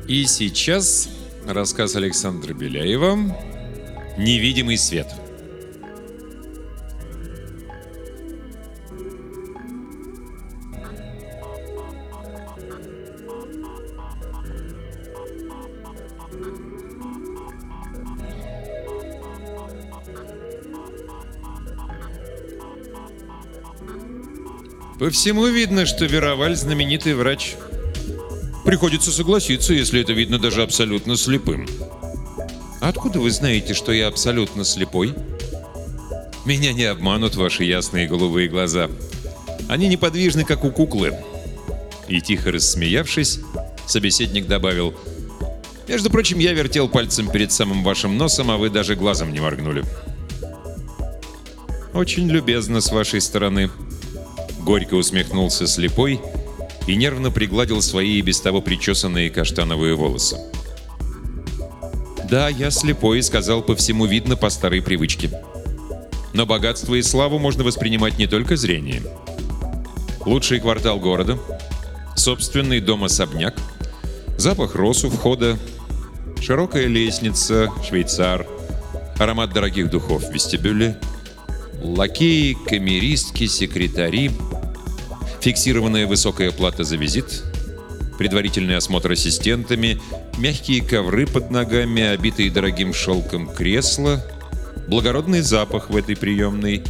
И сейчас рассказ Александра Беляева «Невидимый свет». По всему видно, что Вероваль знаменитый врач. Приходится согласиться, если это видно даже абсолютно слепым. Откуда вы знаете, что я абсолютно слепой? Меня не обманут ваши ясные голубые глаза. Они неподвижны, как у куклы. И тихо рассмеявшись, собеседник добавил: между прочим, я вертел пальцем перед самым вашим носом, а вы даже глазом не моргнули. Очень любезно с вашей стороны. Горько усмехнулся слепой и нервно пригладил свои и без того причесанные каштановые волосы. Да, я слепой, сказал, по всему видно по старой привычке. Но богатство и славу можно воспринимать не только зрением. Лучший квартал города, собственный дом-особняк, запах роз у входа, широкая лестница, швейцар, аромат дорогих духов в вестибюле, лакеи, камеристки, секретари, фиксированная высокая плата за визит, предварительный осмотр ассистентами, мягкие ковры под ногами, обитые дорогим шелком кресла, благородный запах в этой приемной.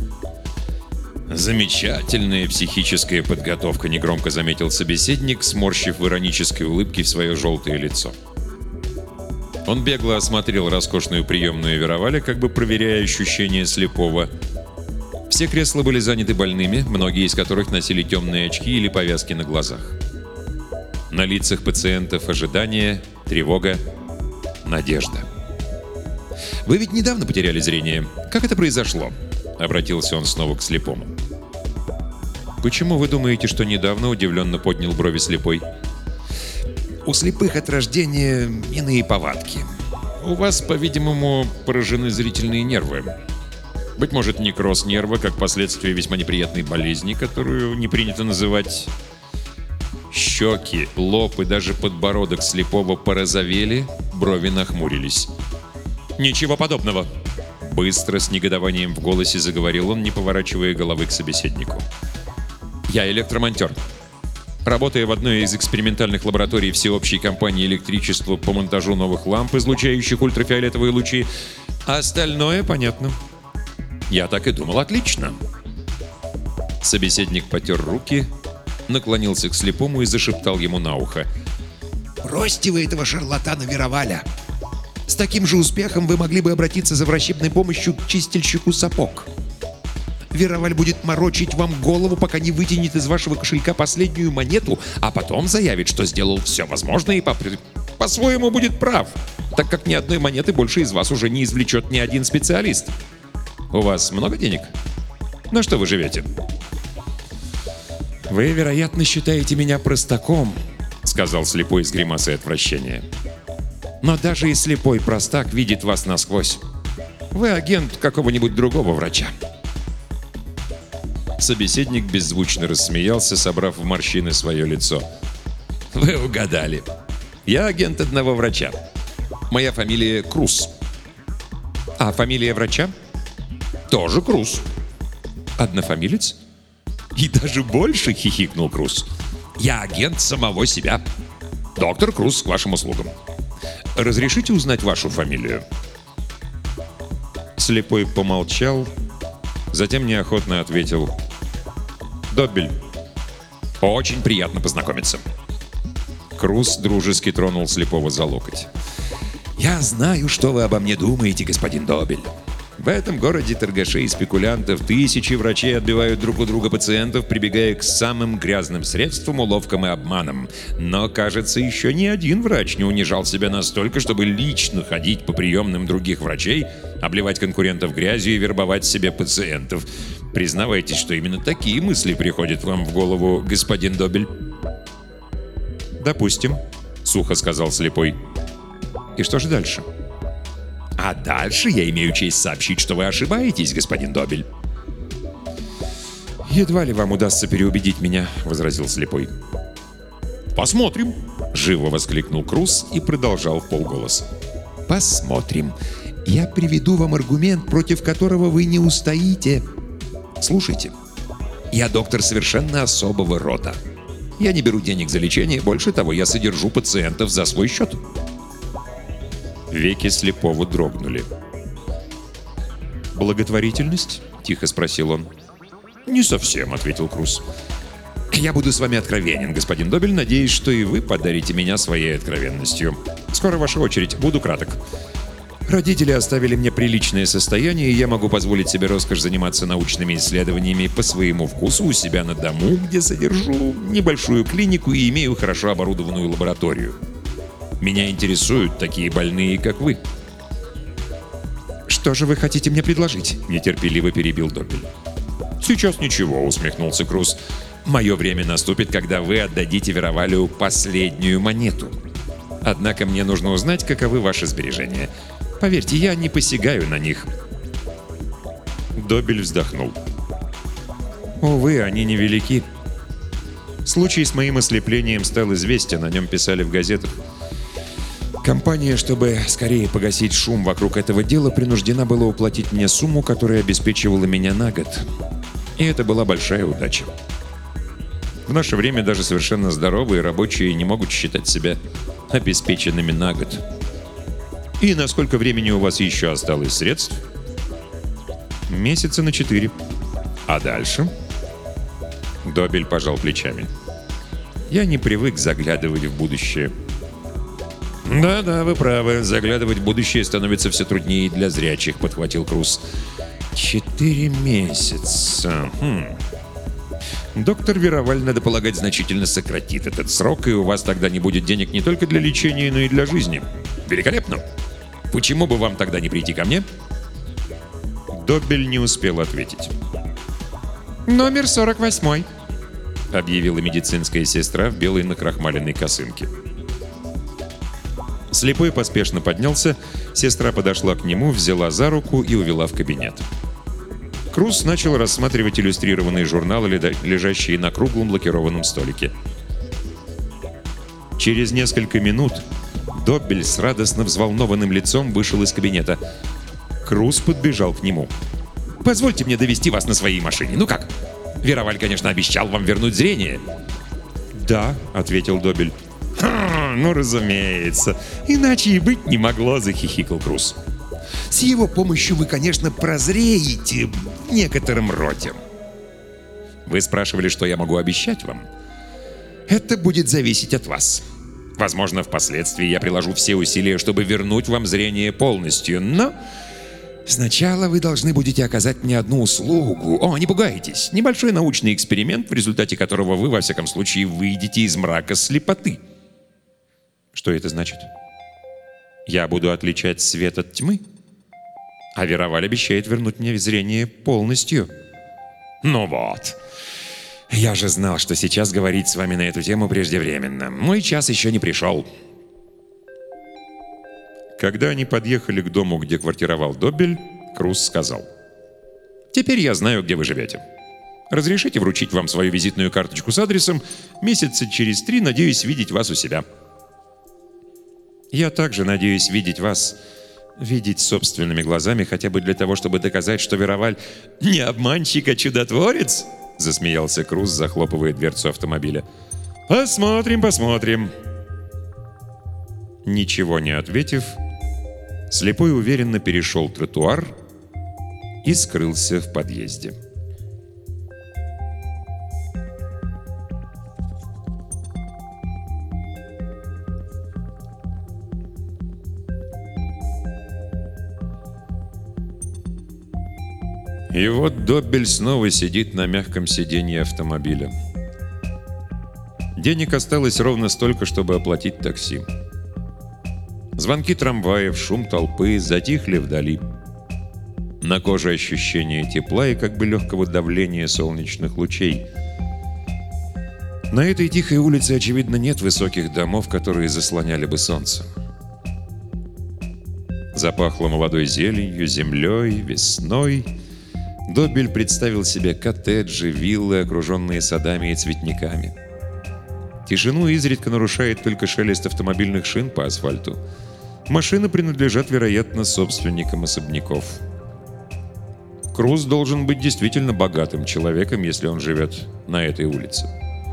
Замечательная психическая подготовка, негромко заметил собеседник, сморщив в иронической улыбке в свое желтое лицо. Он бегло осмотрел роскошную приемную Вероваля, как бы проверяя ощущения слепого. Все кресла были заняты больными, многие из которых носили темные очки или повязки на глазах. На лицах пациентов ожидание, тревога, надежда. «Вы ведь недавно потеряли зрение. Как это произошло?» — обратился он снова к слепому. «Почему вы думаете, что недавно?» — удивленно поднял брови слепой. «У слепых от рождения иные повадки. У вас, по-видимому, поражены зрительные нервы. Быть может, некроз нерва, как последствие весьма неприятной болезни, которую не принято называть...» Щеки, лоб и даже подбородок слепого порозовели, брови нахмурились. «Ничего подобного!» Быстро, с негодованием в голосе заговорил он, не поворачивая головы к собеседнику. «Я электромонтер. Работая в одной из экспериментальных лабораторий всеобщей компании электричества по монтажу новых ламп, излучающих ультрафиолетовые лучи, а остальное понятно». «Я так и думал, отлично!» Собеседник потер руки, наклонился к слепому и зашептал ему на ухо: «Бросьте вы этого шарлатана Вероваля! С таким же успехом вы могли бы обратиться за врачебной помощью к чистильщику сапог. Вероваль будет морочить вам голову, пока не вытянет из вашего кошелька последнюю монету, а потом заявит, что сделал все возможное и по-своему будет прав, так как ни одной монеты больше из вас уже не извлечет ни один специалист. У вас много денег? На что вы живете?» «Вы, вероятно, считаете меня простаком», — сказал слепой с гримасой отвращения. «Но даже и слепой простак видит вас насквозь. Вы агент какого-нибудь другого врача». Собеседник беззвучно рассмеялся, собрав в морщины свое лицо. «Вы угадали. Я агент одного врача. Моя фамилия Круз». «А фамилия врача?» «Тоже Круз». «Однофамилец?» «И даже больше», — хихикнул Круз. «Я агент самого себя. Доктор Круз к вашим услугам. Разрешите узнать вашу фамилию?» Слепой помолчал, затем неохотно ответил: «Доббель». «Очень приятно познакомиться». Круз дружески тронул слепого за локоть. «Я знаю, что вы обо мне думаете, господин Доббель. В этом городе торгашей и спекулянтов тысячи врачей отбивают друг у друга пациентов, прибегая к самым грязным средствам, уловкам и обманам. Но, кажется, еще ни один врач не унижал себя настолько, чтобы лично ходить по приемным других врачей, обливать конкурентов грязью и вербовать себе пациентов. Признавайтесь, что именно такие мысли приходят вам в голову, господин Доббель». «Допустим», — сухо сказал слепой. «И что же дальше?» «А дальше я имею честь сообщить, что вы ошибаетесь, господин Доббель». «Едва ли вам удастся переубедить меня», — возразил слепой. «Посмотрим!» — живо воскликнул Круз и продолжал вполголоса. «Посмотрим. Я приведу вам аргумент, против которого вы не устоите. Слушайте, я доктор совершенно особого рода. Я не беру денег за лечение, больше того, я содержу пациентов за свой счет». Веки слепого дрогнули. «Благотворительность?» — тихо спросил он. «Не совсем», — ответил Круз. «Я буду с вами откровенен, господин Добель. Надеюсь, что и вы подарите меня своей откровенностью. Скоро ваша очередь. Буду краток. Родители оставили мне приличное состояние, и я могу позволить себе роскошь заниматься научными исследованиями по своему вкусу у себя на дому, где содержу небольшую клинику и имею хорошо оборудованную лабораторию. Меня интересуют такие больные, как вы». «Что же вы хотите мне предложить?» — нетерпеливо перебил Добель. «Сейчас ничего», — усмехнулся Круз. «Мое время наступит, когда вы отдадите Веровалю последнюю монету. Однако мне нужно узнать, каковы ваши сбережения. Поверьте, я не посягаю на них». Добель вздохнул. «Увы, они невелики. Случай с моим ослеплением стал известен, о нем писали в газетах. Компания, чтобы скорее погасить шум вокруг этого дела, принуждена была уплатить мне сумму, которая обеспечивала меня на год. И это была большая удача. В наше время даже совершенно здоровые рабочие не могут считать себя обеспеченными на год. И на сколько времени у вас еще осталось средств?» «Месяца на 4. А дальше?» Добель пожал плечами. «Я не привык заглядывать в будущее». «Да-да, вы правы. Заглядывать в будущее становится все труднее для зрячих», — подхватил Круз. 4 месяца. Доктор Вероваль, надо полагать, значительно сократит этот срок, и у вас тогда не будет денег не только для лечения, но и для жизни. Великолепно! Почему бы вам тогда не прийти ко мне?» Добель не успел ответить. «Номер 48», — объявила медицинская сестра в белой накрахмаленной косынке. Слепой поспешно поднялся, сестра подошла к нему, взяла за руку и увела в кабинет. Круз начал рассматривать иллюстрированные журналы, лежащие на круглом лакированном столике. Через несколько минут Добель с радостно взволнованным лицом вышел из кабинета. Круз подбежал к нему. «Позвольте мне довезти вас на своей машине. Ну как? Вероваль, конечно, обещал вам вернуть зрение». «Да», — ответил Добель. «Ну, разумеется. Иначе и быть не могло», — захихикал Круз. «С его помощью вы, конечно, прозреете в некотором роде». «Вы спрашивали, что я могу обещать вам? Это будет зависеть от вас. Возможно, впоследствии я приложу все усилия, чтобы вернуть вам зрение полностью, но сначала вы должны будете оказать мне одну услугу. О, не пугайтесь. Небольшой научный эксперимент, в результате которого вы, во всяком случае, выйдете из мрака слепоты». «Что это значит?» «Я буду отличать свет от тьмы, а Вероваль обещает вернуть мне зрение полностью». «Ну вот. Я же знал, что сейчас говорить с вами на эту тему преждевременно. Мой час еще не пришел». Когда они подъехали к дому, где квартировал Добель, Круз сказал: «Теперь я знаю, где вы живете. Разрешите вручить вам свою визитную карточку с адресом. Месяца через 3 надеюсь видеть вас у себя». «Я также надеюсь видеть вас, видеть собственными глазами, хотя бы для того, чтобы доказать, что Вероваль не обманщик, а чудотворец», — засмеялся Круз, захлопывая дверцу автомобиля. «Посмотрим, посмотрим». Ничего не ответив, слепой уверенно перешел тротуар и скрылся в подъезде. И вот Добель снова сидит на мягком сиденье автомобиля. Денег осталось ровно столько, чтобы оплатить такси. Звонки трамваев, шум толпы затихли вдали. На коже ощущение тепла и как бы легкого давления солнечных лучей. На этой тихой улице, очевидно, нет высоких домов, которые заслоняли бы солнце. Запахло молодой зеленью, землей, весной. Добель представил себе коттеджи, виллы, окруженные садами и цветниками. Тишину изредка нарушает только шелест автомобильных шин по асфальту. Машины принадлежат, вероятно, собственникам особняков. Круз должен быть действительно богатым человеком, если он живет на этой улице.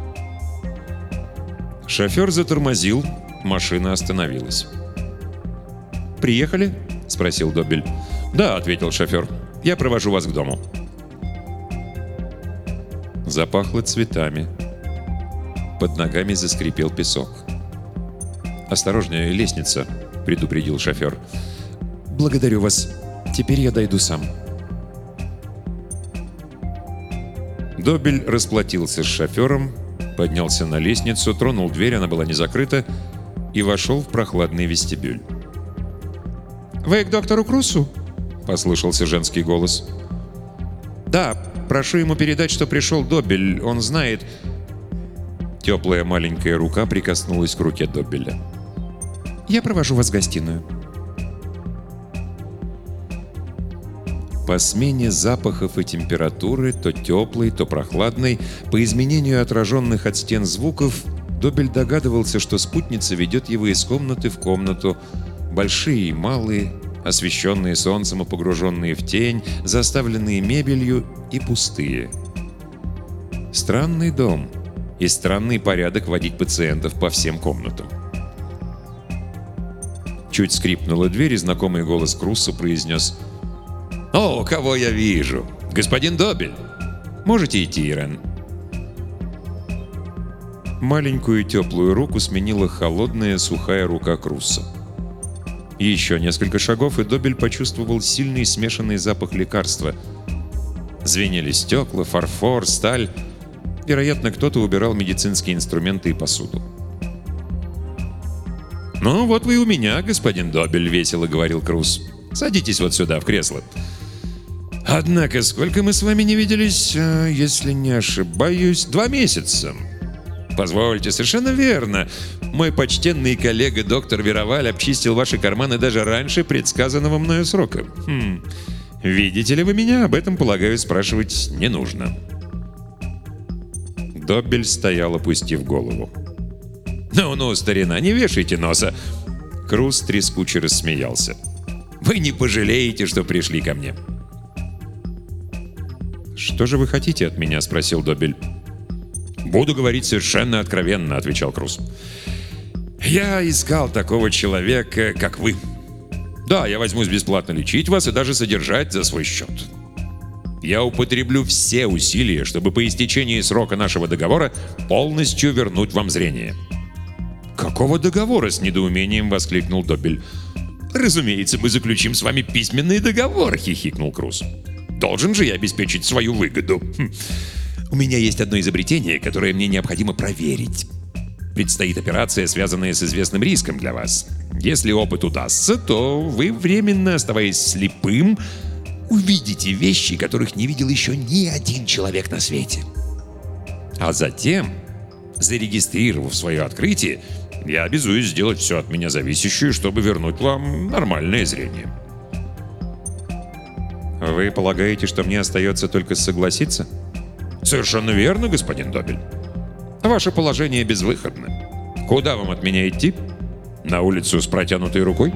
Шофер затормозил, машина остановилась. «Приехали?» — спросил Добель. «Да», — ответил шофер. «Я провожу вас к дому». Запахло цветами. Под ногами заскрипел песок. «Осторожнее, лестница», — предупредил шофер. «Благодарю вас. Теперь я дойду сам». Добель расплатился с шофером, поднялся на лестницу, тронул дверь, она была не закрыта, и вошел в прохладный вестибюль. «Вы к доктору Крусу?» — послышался женский голос. «Да, прошу ему передать, что пришел Добель, он знает...» Теплая маленькая рука прикоснулась к руке Добеля. «Я провожу вас в гостиную». По смене запахов и температуры, то теплой, то прохладной, по изменению отраженных от стен звуков, Добель догадывался, что спутница ведет его из комнаты в комнату, большие и малые, освещенные солнцем и погруженные в тень, заставленные мебелью и пустые. Странный дом и странный порядок водить пациентов по всем комнатам. Чуть скрипнула дверь, и знакомый голос Крусса произнес: «О, кого я вижу! Господин Добель! Можете идти, Ирен?» Маленькую теплую руку сменила холодная сухая рука Крусса. Еще несколько шагов, и Добель почувствовал сильный смешанный запах лекарства. Звенели стекла, фарфор, сталь. Вероятно, кто-то убирал медицинские инструменты и посуду. «Ну, вот вы и у меня, господин Добель», — весело говорил Крусс. «Садитесь вот сюда, в кресло. Однако, сколько мы с вами не виделись, если не ошибаюсь, 2 месяца. Позвольте, совершенно верно. Мой почтенный коллега доктор Вераваль обчистил ваши карманы даже раньше предсказанного мною срока. Видите ли вы меня? Об этом, полагаю, спрашивать не нужно». Добель стоял, опустив голову. «Ну-ну, старина, не вешайте носа!» Крусс трескуче рассмеялся. «Вы не пожалеете, что пришли ко мне». «Что же вы хотите от меня?» — спросил Добель. «Буду говорить совершенно откровенно», — отвечал Крусс. «Я искал такого человека, как вы. Да, я возьмусь бесплатно лечить вас и даже содержать за свой счет. Я употреблю все усилия, чтобы по истечении срока нашего договора полностью вернуть вам зрение». «Какого договора?» — с недоумением воскликнул Добель. «Разумеется, мы заключим с вами письменный договор», — хихикнул Крусс. «Должен же я обеспечить свою выгоду. У меня есть одно изобретение, которое мне необходимо проверить. Предстоит операция, связанная с известным риском для вас. Если опыт удастся, то вы, временно оставаясь слепым, увидите вещи, которых не видел еще ни один человек на свете. А затем, зарегистрировав свое открытие, я обязуюсь сделать все от меня зависящее, чтобы вернуть вам нормальное зрение». «Вы полагаете, что мне остается только согласиться?» «Совершенно верно, господин Добель. Ваше положение безвыходно. Куда вам от меня идти? На улицу с протянутой рукой?»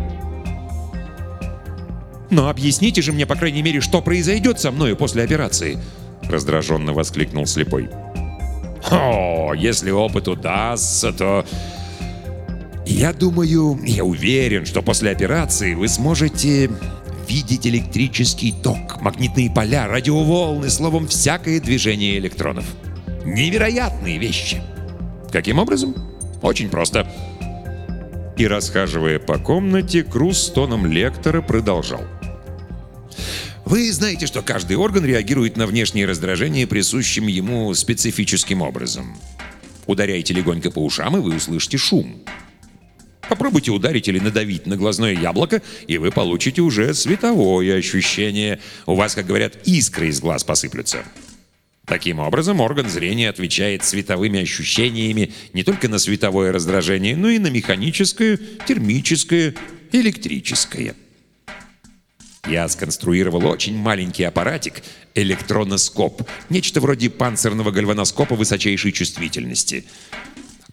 «Но объясните же мне, по крайней мере, что произойдет со мною после операции!» Раздраженно воскликнул слепой. «О, если опыт удастся, то... Я уверен, что после операции вы сможете видеть электрический ток, магнитные поля, радиоволны, словом, всякое движение электронов. Невероятные вещи. Каким образом? Очень просто». И, расхаживая по комнате, Крусс с тоном лектора продолжал. «Вы знаете, что каждый орган реагирует на внешние раздражения присущим ему специфическим образом. Ударяйте легонько по ушам, и вы услышите шум. Попробуйте ударить или надавить на глазное яблоко, и вы получите уже световое ощущение. У вас, как говорят, искры из глаз посыплются. Таким образом, орган зрения отвечает световыми ощущениями не только на световое раздражение, но и на механическое, термическое, электрическое. Я сконструировал очень маленький аппаратик, электроноскоп, нечто вроде панцирного гальваноскопа высочайшей чувствительности.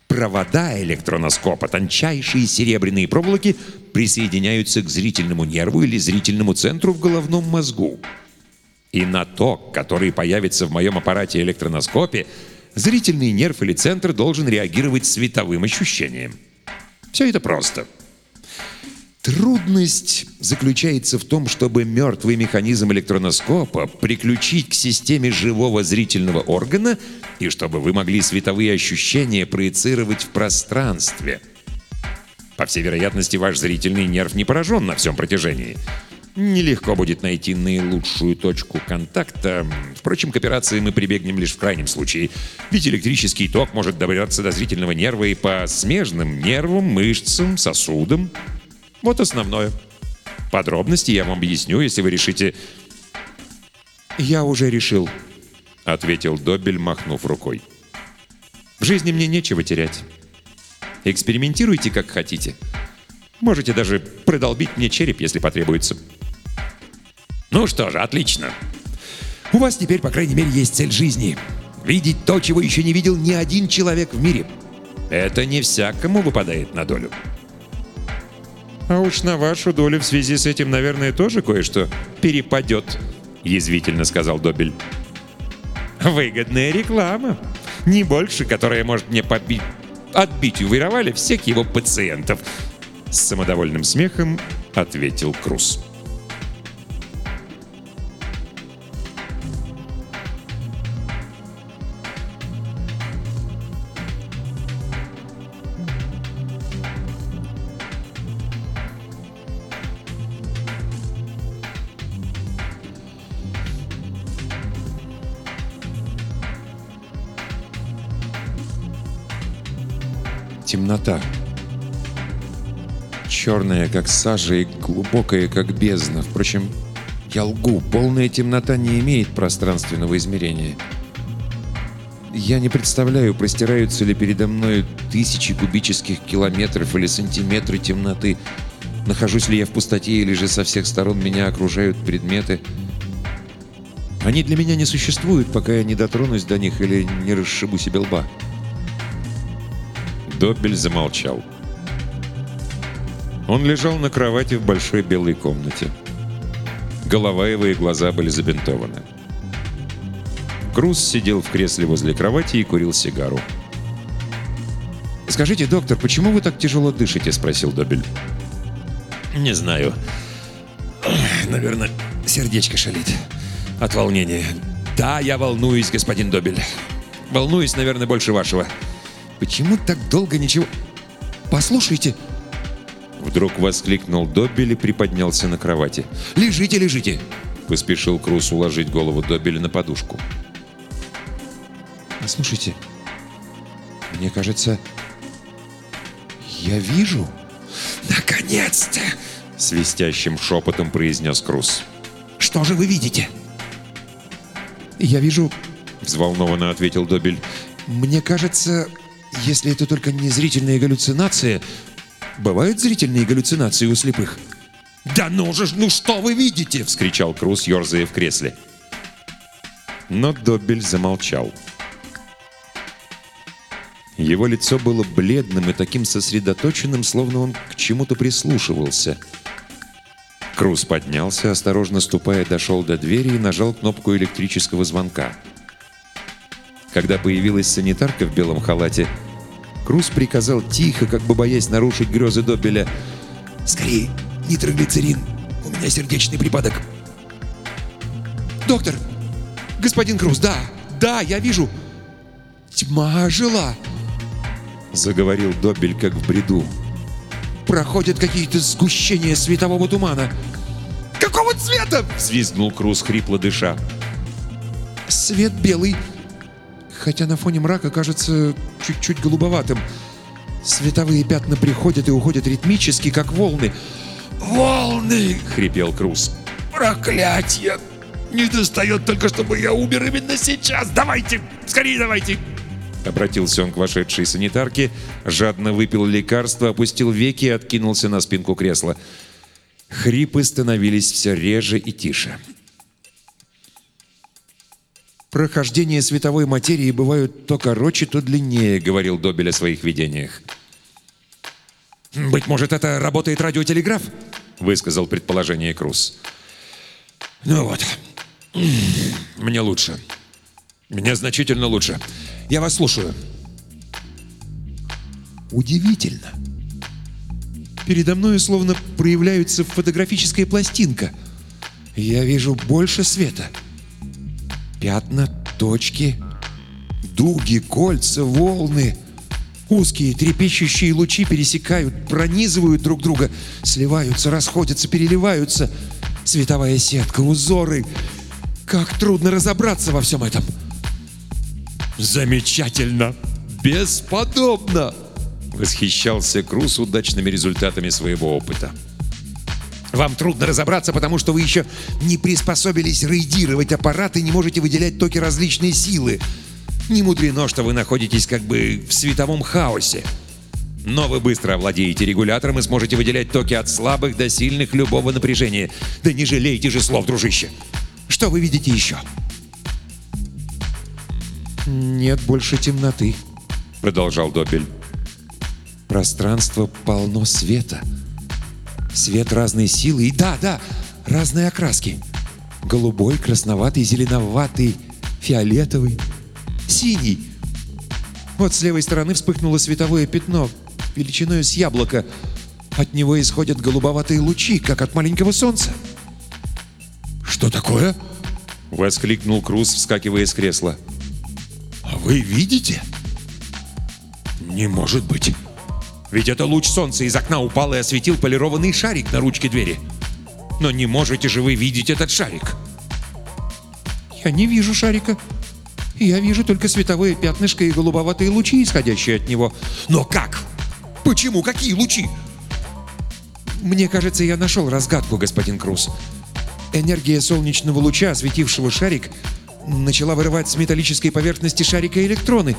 Провода электроноскопа, тончайшие серебряные проволоки, присоединяются к зрительному нерву или зрительному центру в головном мозгу. И на ток, который появится в моем аппарате электроноскопе, зрительный нерв или центр должен реагировать световым ощущением. Все это просто. Трудность заключается в том, чтобы мертвый механизм электроноскопа приключить к системе живого зрительного органа и чтобы вы могли световые ощущения проецировать в пространстве. По всей вероятности, ваш зрительный нерв не поражен на всем протяжении. Нелегко будет найти наилучшую точку контакта. Впрочем, к операции мы прибегнем лишь в крайнем случае. Ведь электрический ток может добраться до зрительного нерва и по смежным нервам, мышцам, сосудам. Вот основное. Подробности я вам объясню, если вы решите... «Я уже решил», — ответил Доббель, махнув рукой. «В жизни мне нечего терять. Экспериментируйте, как хотите. Можете даже продолбить мне череп, если потребуется». «Ну что же, отлично. У вас теперь, по крайней мере, есть цель жизни. Видеть то, чего еще не видел ни один человек в мире. Это не всякому выпадает на долю». «А уж на вашу долю в связи с этим, наверное, тоже кое-что перепадет», — язвительно сказал Доббель. «Выгодная реклама. Не больше, которая может мне отбить у Вироваля всех его пациентов», — с самодовольным смехом ответил Круз. Темнота. Черная, как сажа, и глубокая, как бездна. Впрочем, я лгу. Полная темнота не имеет пространственного измерения. Я не представляю, простираются ли передо мной тысячи кубических километров или сантиметры темноты. Нахожусь ли я в пустоте, или же со всех сторон меня окружают предметы. Они для меня не существуют, пока я не дотронусь до них или не расшибу себе лба. Доббель замолчал. Он лежал на кровати в большой белой комнате. Голова его и глаза были забинтованы. Круз сидел в кресле возле кровати и курил сигару. «Скажите, доктор, почему вы так тяжело дышите?» — спросил Доббель. «Не знаю. Наверное, сердечко шалит от волнения. Да, я волнуюсь, господин Доббель. Волнуюсь, наверное, больше вашего. Почему так долго ничего... Послушайте!» Вдруг воскликнул Доббель и приподнялся на кровати. «Лежите, лежите!» — поспешил Круз уложить голову Доббеля на подушку. «Послушайте, мне кажется, я вижу...» «Наконец-то!» — свистящим шепотом произнес Круз. «Что же вы видите?» «Я вижу...» — взволнованно ответил Доббель. «Мне кажется... Если это только не зрительные галлюцинации. Бывают зрительные галлюцинации у слепых?» «Да ну же, ну что вы видите?» — вскричал Круз, ерзая в кресле. Но Доббель замолчал. Его лицо было бледным и таким сосредоточенным, словно он к чему-то прислушивался. Круз поднялся, осторожно ступая, дошел до двери и нажал кнопку электрического звонка. Когда появилась санитарка в белом халате, Круз приказал тихо, как бы боясь нарушить грезы Доббеля: «Скорее, нитроглицерин, у меня сердечный припадок». «Доктор! Господин Круз, да, я вижу! Тьма ожила!» — заговорил Доббель, как в бреду. «Проходят какие-то сгущения светового тумана». «Какого цвета?» — взвизгнул Круз, хрипло дыша. «Свет белый, хотя на фоне мрака кажется чуть-чуть голубоватым. Световые пятна приходят и уходят ритмически, как волны». «Волны!» — хрипел Круз. «Проклятье! Не достает только, чтобы я умер именно сейчас! Давайте! Скорее давайте!» Обратился он к вошедшей санитарке, жадно выпил лекарство, опустил веки и откинулся на спинку кресла. Хрипы становились все реже и тише. «Прохождение световой материи бывают то короче, то длиннее», — говорил Добель о своих видениях. «Быть может, это работает радиотелеграф?» — высказал предположение Круз. «Ну вот, мне лучше. Мне значительно лучше. Я вас слушаю». «Удивительно. Передо мной словно проявляется фотографическая пластинка. Я вижу больше света. Пятна, точки, дуги, кольца, волны. Узкие трепещущие лучи пересекают, пронизывают друг друга, сливаются, расходятся, переливаются. Световая сетка, узоры. Как трудно разобраться во всем этом!» «Замечательно! Бесподобно!» — восхищался Круз удачными результатами своего опыта. «Вам трудно разобраться, потому что вы еще не приспособились рейдировать аппарат и не можете выделять токи различной силы. Не мудрено, что вы находитесь как бы в световом хаосе. Но вы быстро овладеете регулятором и сможете выделять токи от слабых до сильных любого напряжения. Да не жалейте же слов, дружище. Что вы видите еще?» «Нет больше темноты», — продолжал Добель. «Пространство полно света. Свет разной силы и, да, разные окраски. Голубой, красноватый, зеленоватый, фиолетовый, синий. Вот с левой стороны вспыхнуло световое пятно величиной с яблоко. От него исходят голубоватые лучи, как от маленького солнца». «Что такое?» — воскликнул Круз, вскакивая с кресла. «А вы видите?» «Не может быть. Ведь это луч солнца из окна упал и осветил полированный шарик на ручке двери. Но не можете же вы видеть этот шарик?» «Я не вижу шарика. Я вижу только световое пятнышко и голубоватые лучи, исходящие от него». «Но как? Почему? Какие лучи?» «Мне кажется, я нашел разгадку, господин Круз. Энергия солнечного луча, осветившего шарик, начала вырывать с металлической поверхности шарика электроны».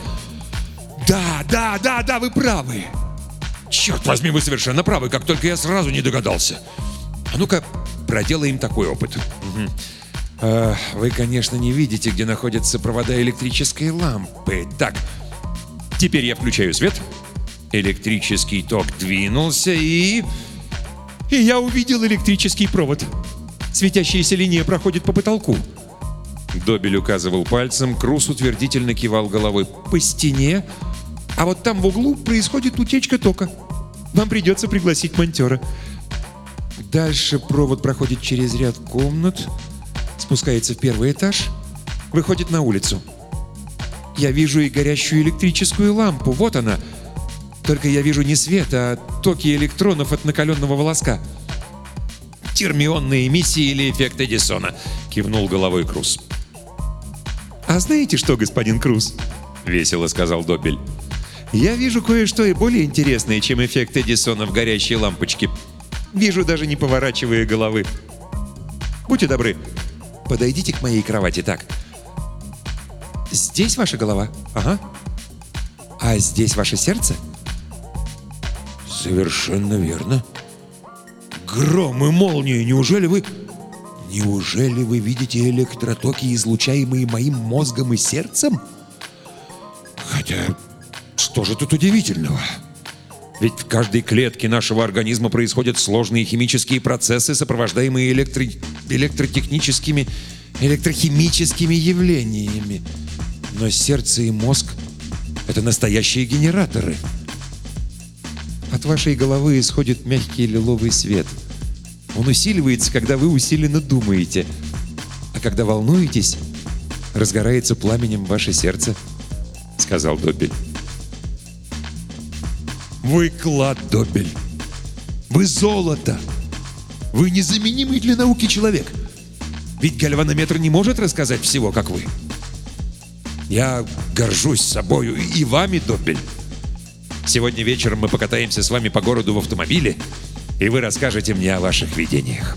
Да, вы правы. Черт возьми, вы совершенно правы, как только я сразу не догадался. А ну-ка, проделаем такой опыт. Вы, конечно, не видите, где находятся провода электрической лампы. Так, теперь я включаю свет. Электрический ток двинулся и я увидел электрический провод. Светящаяся линия проходит по потолку. Добель указывал пальцем, Круз утвердительно кивал головой. «По стене, а вот там в углу происходит утечка тока. Вам придется пригласить монтера». Дальше провод проходит через ряд комнат, спускается в первый этаж, выходит на улицу. Я вижу и горящую электрическую лампу, вот она. Только я вижу не свет, а токи электронов от накаленного волоска. «Термионные эмиссии или эффект Эдисона», — кивнул головой Круз. «А знаете что, господин Круз?» — весело сказал Добель. «Я вижу кое-что и более интересное, чем эффект Эдисона в горящей лампочке. Вижу, даже не поворачивая головы. Будьте добры, подойдите к моей кровати так. Здесь ваша голова? Ага. А здесь ваше сердце?» «Совершенно верно. Гром и молния, неужели вы видите электротоки, излучаемые моим мозгом и сердцем? Хотя, что же тут удивительного? Ведь в каждой клетке нашего организма происходят сложные химические процессы, сопровождаемые электрохимическими явлениями. Но сердце и мозг — это настоящие генераторы». От вашей головы исходит мягкий лиловый свет. Он усиливается, когда вы усиленно думаете. А когда волнуетесь, разгорается пламенем ваше сердце, — сказал Добель. «Вы клад, Добель! Вы золото! Вы незаменимый для науки человек! Ведь гальванометр не может рассказать всего, как вы. Я горжусь собою и вами, Добель. Сегодня вечером мы покатаемся с вами по городу в автомобиле, и вы расскажете мне о ваших видениях».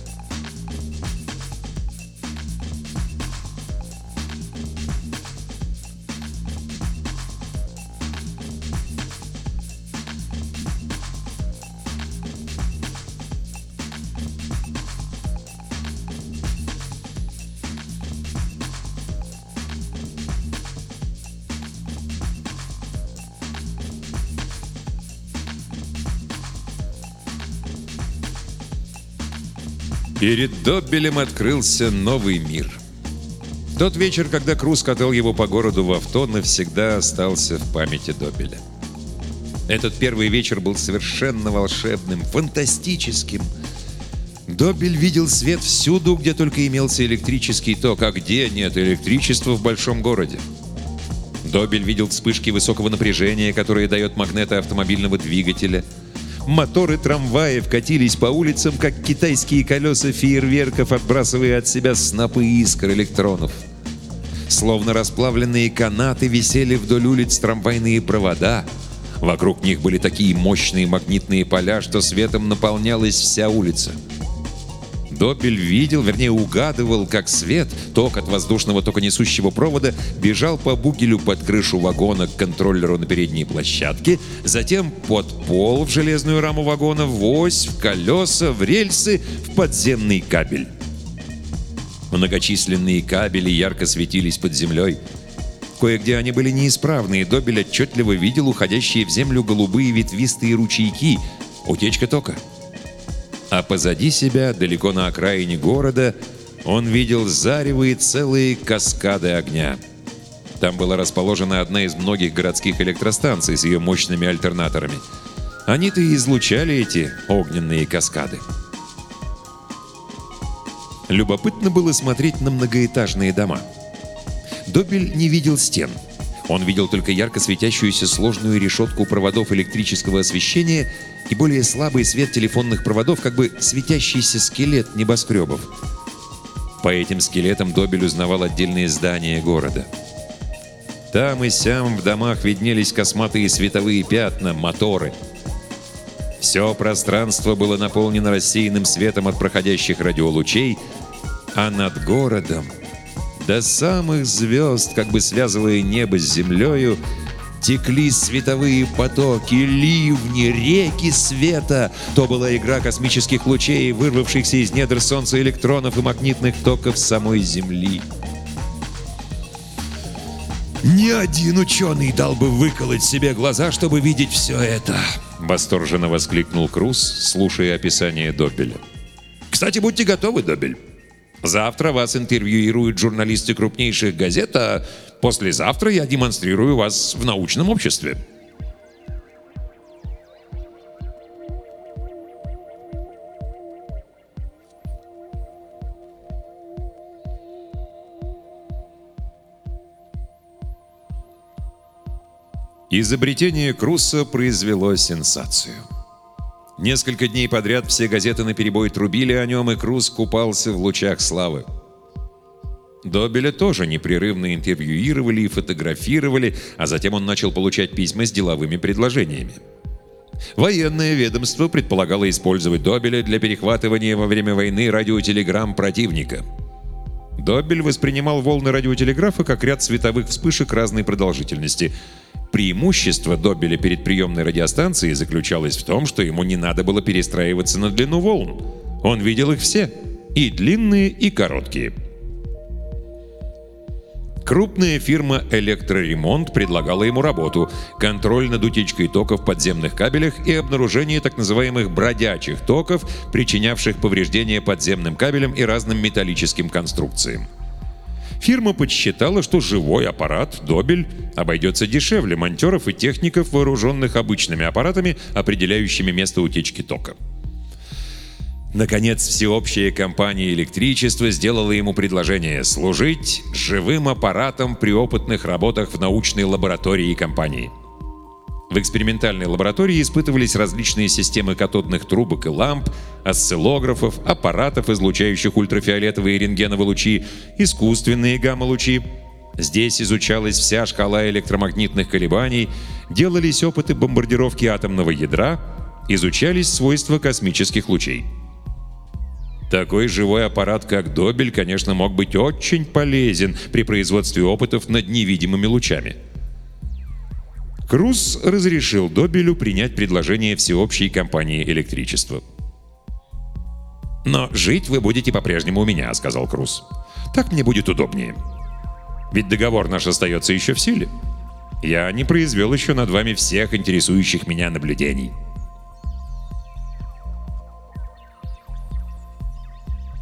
Перед Доббелем открылся новый мир. Тот вечер, когда Круз катал его по городу в авто, навсегда остался в памяти Доббеля. Этот первый вечер был совершенно волшебным, фантастическим. Доббель видел свет всюду, где только имелся электрический ток, а где нет электричества в большом городе. Доббель видел вспышки высокого напряжения, которые дает магнето автомобильного двигателя. Моторы трамваев катились по улицам, как китайские колеса фейерверков, отбрасывая от себя снопы искр электронов. Словно расплавленные канаты висели вдоль улиц трамвайные провода. Вокруг них были такие мощные магнитные поля, что светом наполнялась вся улица. Доббель видел, вернее угадывал, как свет, ток от воздушного токонесущего провода, бежал по бугелю под крышу вагона к контроллеру на передней площадке, затем под пол в железную раму вагона, в ось, в колеса, в рельсы, в подземный кабель. Многочисленные кабели ярко светились под землей. Кое-где они были неисправны, и Доббель отчетливо видел уходящие в землю голубые ветвистые ручейки. Утечка тока. А позади себя, далеко на окраине города, он видел зарево и целые каскады огня. Там была расположена одна из многих городских электростанций с ее мощными альтернаторами. Они-то и излучали эти огненные каскады. Любопытно было смотреть на многоэтажные дома. Доббель не видел стен. Он видел только ярко светящуюся сложную решетку проводов электрического освещения и более слабый свет телефонных проводов, как бы светящийся скелет небоскребов. По этим скелетам Доббель узнавал отдельные здания города. Там и сям в домах виднелись косматые световые пятна, моторы. Все пространство было наполнено рассеянным светом от проходящих радиолучей, а над городом, до самых звезд, как бы связывая небо с землею, текли световые потоки, ливни, реки света. То была игра космических лучей, вырвавшихся из недр Солнца электронов и магнитных токов самой Земли. «Ни один ученый дал бы выколоть себе глаза, чтобы видеть все это!» — восторженно воскликнул Круз, слушая описание Доббеля. «Кстати, будьте готовы, Доббель. Завтра вас интервьюируют журналисты крупнейших газет, а послезавтра я демонстрирую вас в научном обществе». Изобретение Круза произвело сенсацию. Несколько дней подряд все газеты наперебой трубили о нем, и Круз купался в лучах славы. Доббеля тоже непрерывно интервьюировали и фотографировали, а затем он начал получать письма с деловыми предложениями. Военное ведомство предполагало использовать Доббеля для перехватывания во время войны радиотелеграмм противника. Доббель воспринимал волны радиотелеграфа как ряд световых вспышек разной продолжительности. Преимущество Доббеля перед приемной радиостанцией заключалось в том, что ему не надо было перестраиваться на длину волн. Он видел их все, и длинные, и короткие. Крупная фирма «Электроремонт» предлагала ему работу, контроль над утечкой тока в подземных кабелях и обнаружение так называемых бродячих токов, причинявших повреждения подземным кабелям и разным металлическим конструкциям. Фирма подсчитала, что живой аппарат «Доббель» обойдется дешевле монтёров и техников, вооруженных обычными аппаратами, определяющими место утечки тока. Наконец, всеобщая компания электричества сделала ему предложение служить живым аппаратом при опытных работах в научной лаборатории компании. В экспериментальной лаборатории испытывались различные системы катодных трубок и ламп, осциллографов, аппаратов, излучающих ультрафиолетовые и рентгеновые лучи, искусственные гамма-лучи. Здесь изучалась вся шкала электромагнитных колебаний, делались опыты бомбардировки атомного ядра, изучались свойства космических лучей. Такой живой аппарат, как Доббель, конечно, мог быть очень полезен при производстве опытов над невидимыми лучами. Круз разрешил Доббелю принять предложение всеобщей компании электричества. «Но жить вы будете по-прежнему у меня», — сказал Круз. «Так мне будет удобнее. Ведь договор наш остается еще в силе. Я не произвел еще над вами всех интересующих меня наблюдений».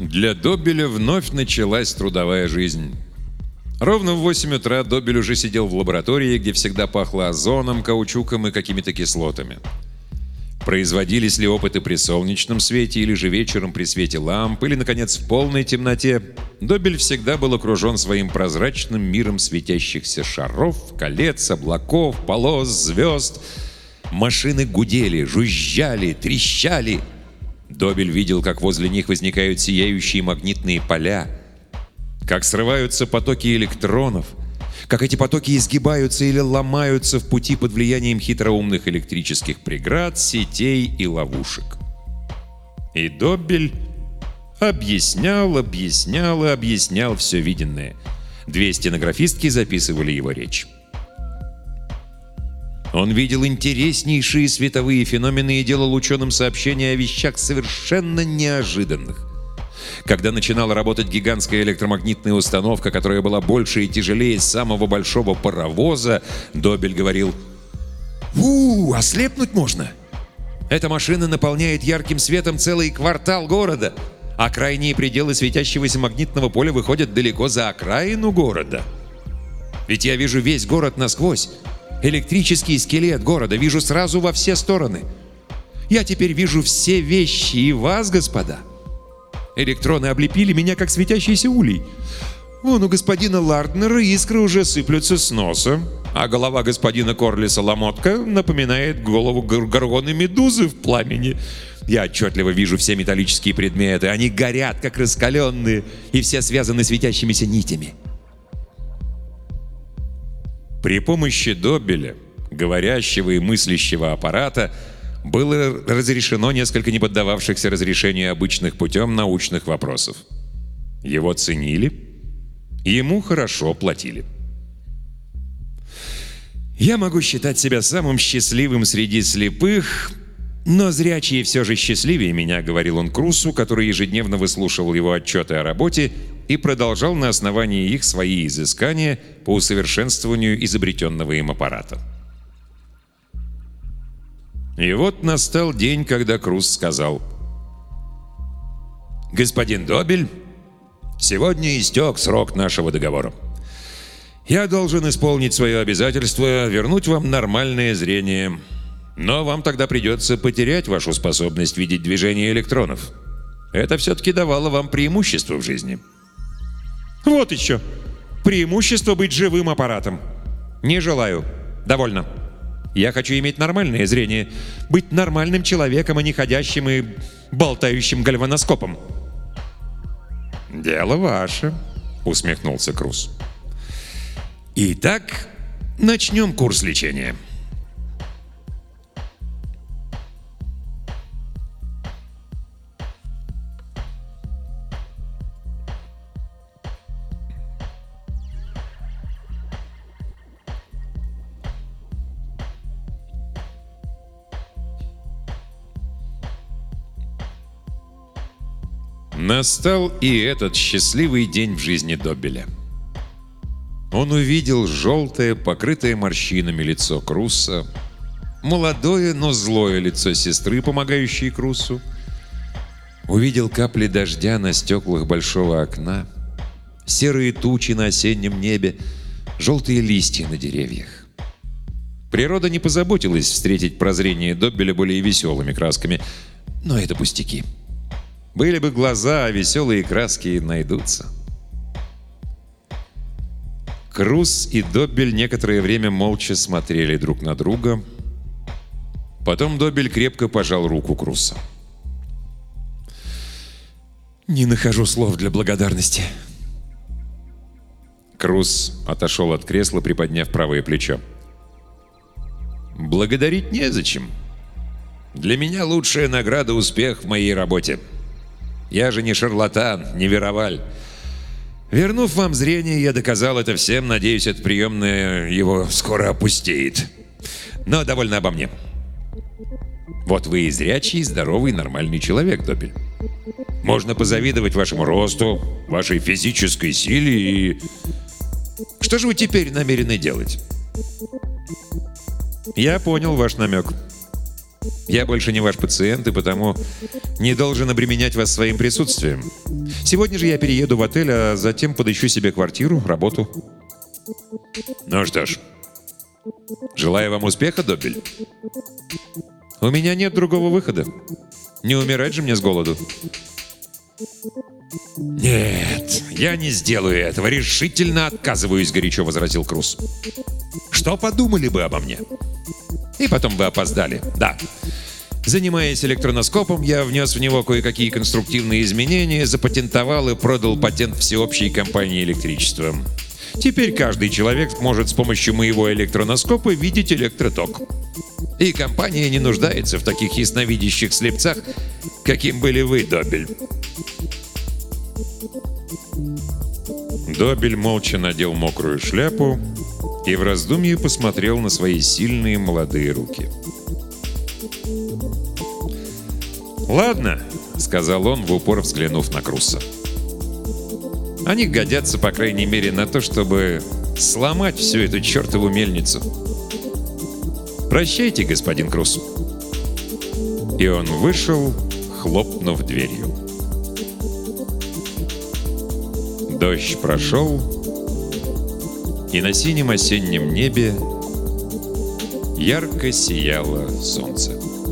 Для Добеля вновь началась трудовая жизнь. Ровно в 8 утра Добель уже сидел в лаборатории, где всегда пахло озоном, каучуком и какими-то кислотами. Производились ли опыты при солнечном свете или же вечером при свете ламп, или, наконец, в полной темноте, Добель всегда был окружен своим прозрачным миром светящихся шаров, колец, облаков, полос, звезд. Машины гудели, жужжали, трещали. Добель видел, как возле них возникают сияющие магнитные поля, как срываются потоки электронов, как эти потоки изгибаются или ломаются в пути под влиянием хитроумных электрических преград, сетей и ловушек. И Добель объяснял все виденное. 2 стенографистки записывали его речь. Он видел интереснейшие световые феномены и делал ученым сообщения о вещах совершенно неожиданных. Когда начинала работать гигантская электромагнитная установка, которая была больше и тяжелее самого большого паровоза, Добель говорил: ослепнуть можно! Эта машина наполняет ярким светом целый квартал города, а крайние пределы светящегося магнитного поля выходят далеко за окраину города. Ведь я вижу весь город насквозь. Электрический скелет города вижу сразу во все стороны. Я теперь вижу все вещи и вас, господа. Электроны облепили меня, как светящийся улей. Вон у господина Ларднера искры уже сыплются с носа, а голова господина Корлиса Ломотка напоминает голову горгоны Медузы в пламени. Я отчетливо вижу все металлические предметы. Они горят, как раскаленные, и все связаны светящимися нитями. При помощи Добеля, говорящего и мыслящего аппарата, было разрешено несколько не поддававшихся разрешению обычных путем научных вопросов. Его ценили, и ему хорошо платили. «Я могу считать себя самым счастливым среди слепых, но зрячие все же счастливее меня», — говорил он Круссу, который ежедневно выслушивал его отчеты о работе и продолжал на основании их свои изыскания по усовершенствованию изобретенного им аппарата. И вот настал день, когда Крусс сказал: «Господин Добель, сегодня истек срок нашего договора. Я должен исполнить свое обязательство, вернуть вам нормальное зрение, но вам тогда придется потерять вашу способность видеть движение электронов. Это все-таки давало вам преимущество в жизни». «Вот еще! Преимущество быть живым аппаратом. Не желаю. Довольно. Я хочу иметь нормальное зрение, быть нормальным человеком, а не ходящим и болтающим гальваноскопом». «Дело ваше», — усмехнулся Крусс. «Итак, начнем курс лечения». Настал и этот счастливый день в жизни Добеля. Он увидел желтое, покрытое морщинами лицо Крусса, молодое, но злое лицо сестры, помогающей Круссу. Увидел капли дождя на стеклах большого окна, серые тучи на осеннем небе, желтые листья на деревьях. Природа не позаботилась встретить прозрение Добеля более веселыми красками, но это пустяки. Были бы глаза, а веселые краски найдутся. Крусс и Добель некоторое время молча смотрели друг на друга. Потом Добель крепко пожал руку Крусса. «Не нахожу слов для благодарности». Крусс отошел от кресла, приподняв правое плечо. «Благодарить незачем. Для меня лучшая награда — успех в моей работе. Я же не шарлатан, не вероваль. Вернув вам зрение, я доказал это всем. Надеюсь, это приемное его скоро опустеет. Но довольно обо мне. Вот вы и зрячий, здоровый, нормальный человек, Добель. Можно позавидовать вашему росту, вашей физической силе и... Что же вы теперь намерены делать?» «Я понял ваш намек. Я больше не ваш пациент, и потому не должен обременять вас своим присутствием. Сегодня же я перееду в отель, а затем подыщу себе квартиру, работу. Ну что ж, желаю вам успеха, Доббель. У меня нет другого выхода. Не умирать же мне с голоду. «Нет, я не сделаю этого. Решительно отказываюсь», — горячо возразил Круз. «Что подумали бы обо мне? И потом бы опоздали. Да. Занимаясь электроноскопом, я внес в него кое-какие конструктивные изменения, запатентовал и продал патент всеобщей компании электричества. Теперь каждый человек может с помощью моего электроноскопа видеть электроток. И компания не нуждается в таких ясновидящих слепцах, каким были вы, Доббель». Доббель молча надел мокрую шляпу и в раздумье посмотрел на свои сильные молодые руки. «Ладно», — сказал он, в упор взглянув на Круза. «Они годятся, по крайней мере, на то, чтобы сломать всю эту чертову мельницу. Прощайте, господин Круз». И он вышел, хлопнув дверью. Дождь прошел, и на синем осеннем небе ярко сияло солнце.